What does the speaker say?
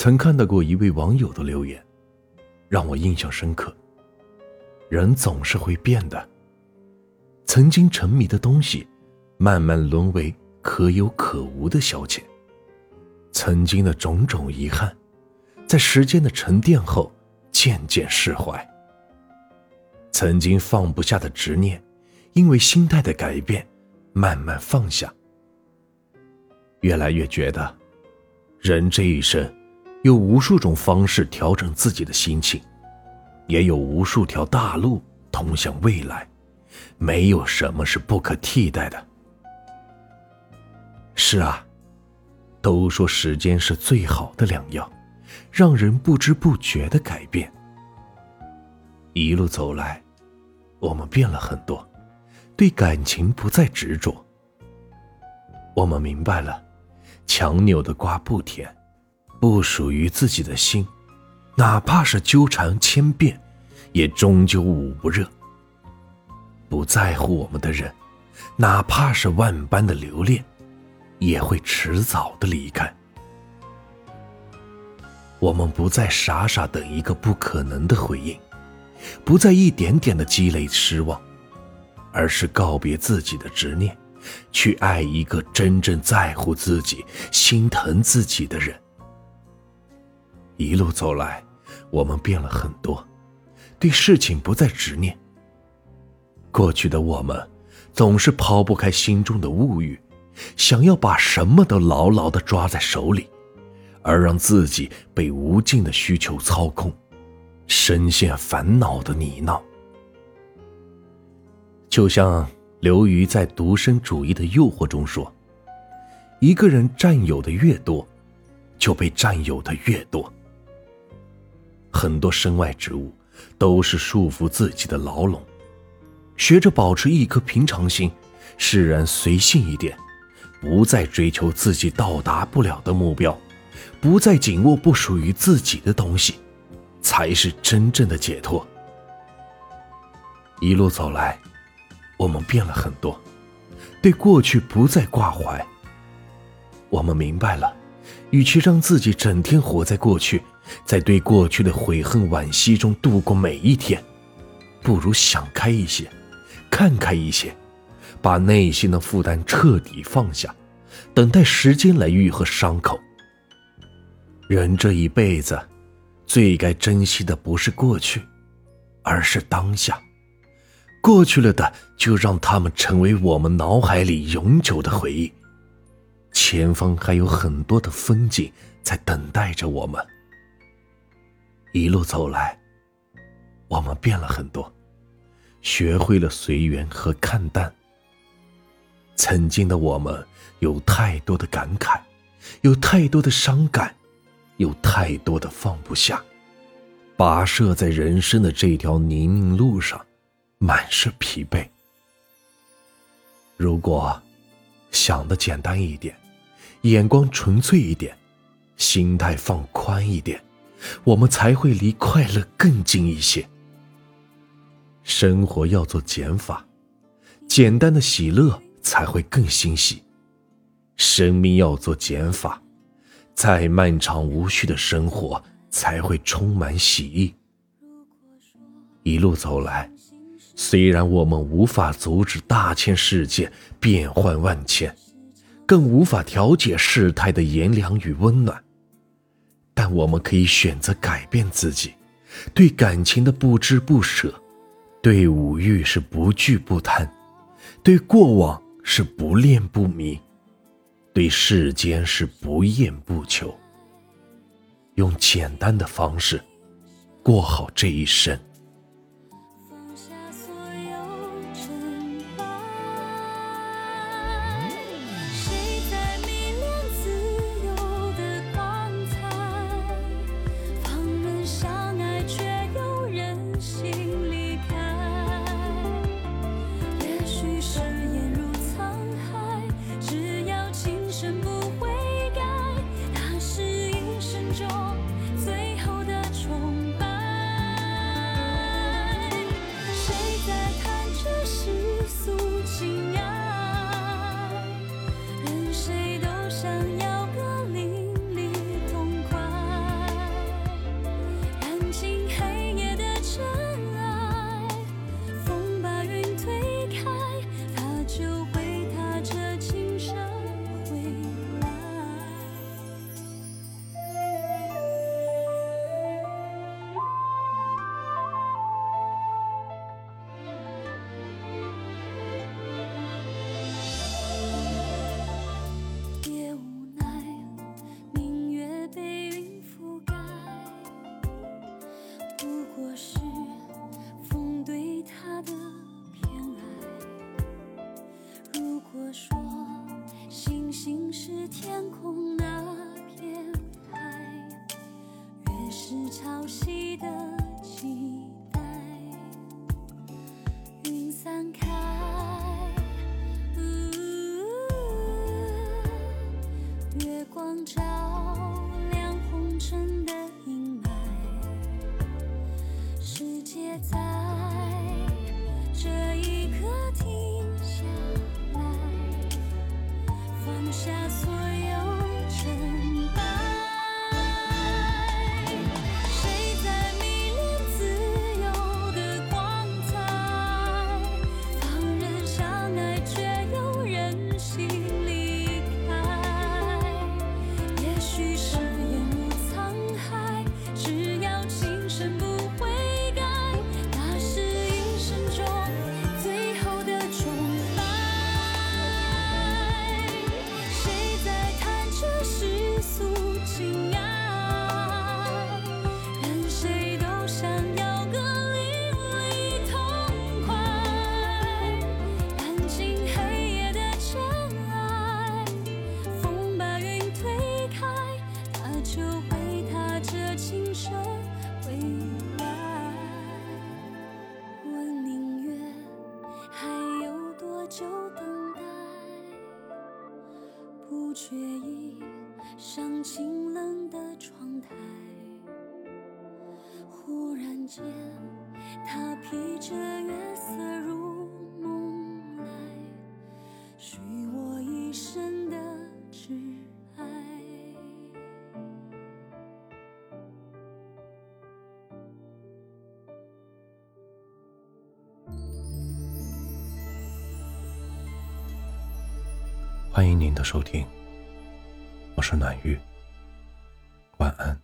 曾看到过一位网友的留言，让我印象深刻。人总是会变的，曾经沉迷的东西，慢慢沦为可有可无的消遣。曾经的种种遗憾，在时间的沉淀后渐渐释怀。曾经放不下的执念，因为心态的改变慢慢放下。越来越觉得人这一生有无数种方式调整自己的心情，也有无数条大路通向未来，没有什么是不可替代的。是啊，都说时间是最好的良药，让人不知不觉的改变。一路走来，我们变了很多，对感情不再执着。我们明白了，强扭的瓜不甜，不属于自己的心，哪怕是纠缠千遍，也终究捂不热。不在乎我们的人，哪怕是万般的留恋，也会迟早的离开。我们不再傻傻等一个不可能的回应，不再一点点的积累失望，而是告别自己的执念，去爱一个真正在乎自己、心疼自己的人。一路走来，我们变了很多，对事情不再执念。过去的我们总是抛不开心中的物欲，想要把什么都牢牢地抓在手里，而让自己被无尽的需求操控，深陷烦恼的泥淖。就像刘瑜在《独身主义的诱惑》中说，一个人占有的越多，就被占有的越多。很多身外之物都是束缚自己的牢笼，学着保持一颗平常心，释然随性一点，不再追求自己到达不了的目标，不再紧握不属于自己的东西，才是真正的解脱。一路走来，我们变了很多，对过去不再挂怀。我们明白了，与其让自己整天活在过去，在对过去的悔恨惋惜中度过每一天，不如想开一些，看开一些，把内心的负担彻底放下，等待时间来愈合伤口。人这一辈子，最该珍惜的不是过去，而是当下。过去了的，就让它们成为我们脑海里永久的回忆。前方还有很多的风景在等待着我们。一路走来，我们变了很多，学会了随缘和看淡。曾经的我们有太多的感慨，有太多的伤感，有太多的放不下。跋涉在人生的这条泥泞路上，满是疲惫。如果想得简单一点，眼光纯粹一点，心态放宽一点，我们才会离快乐更近一些。生活要做减法，简单的喜乐才会更欣喜。生命要做减法，再漫长无序的生活才会充满喜意。一路走来，虽然我们无法阻止大千世界变幻万千，更无法调节事态的炎凉与温暖，但我们可以选择改变自己，对感情的不知不舍，对五欲是不惧不贪，对过往是不恋不迷，对世间是不厌不求。用简单的方式过好这一生。 下所有尘埃。谁在迷恋自由的光彩？放任相爱，却又任性离开。也许誓言如沧海，只要情深不悔改，那是一生中最后的宠爱。谁在谈着世俗情爱？任谁都想要个淋漓痛快。燃尽黑夜的尘埃，风把云推开，他就会踏着青蛇回来。我宁愿还有多久等待，不觉意上清冷的窗台。忽然间，他披着月色入梦来，许我一生的挚爱。 欢迎您的收听，我是暖玉，晚安。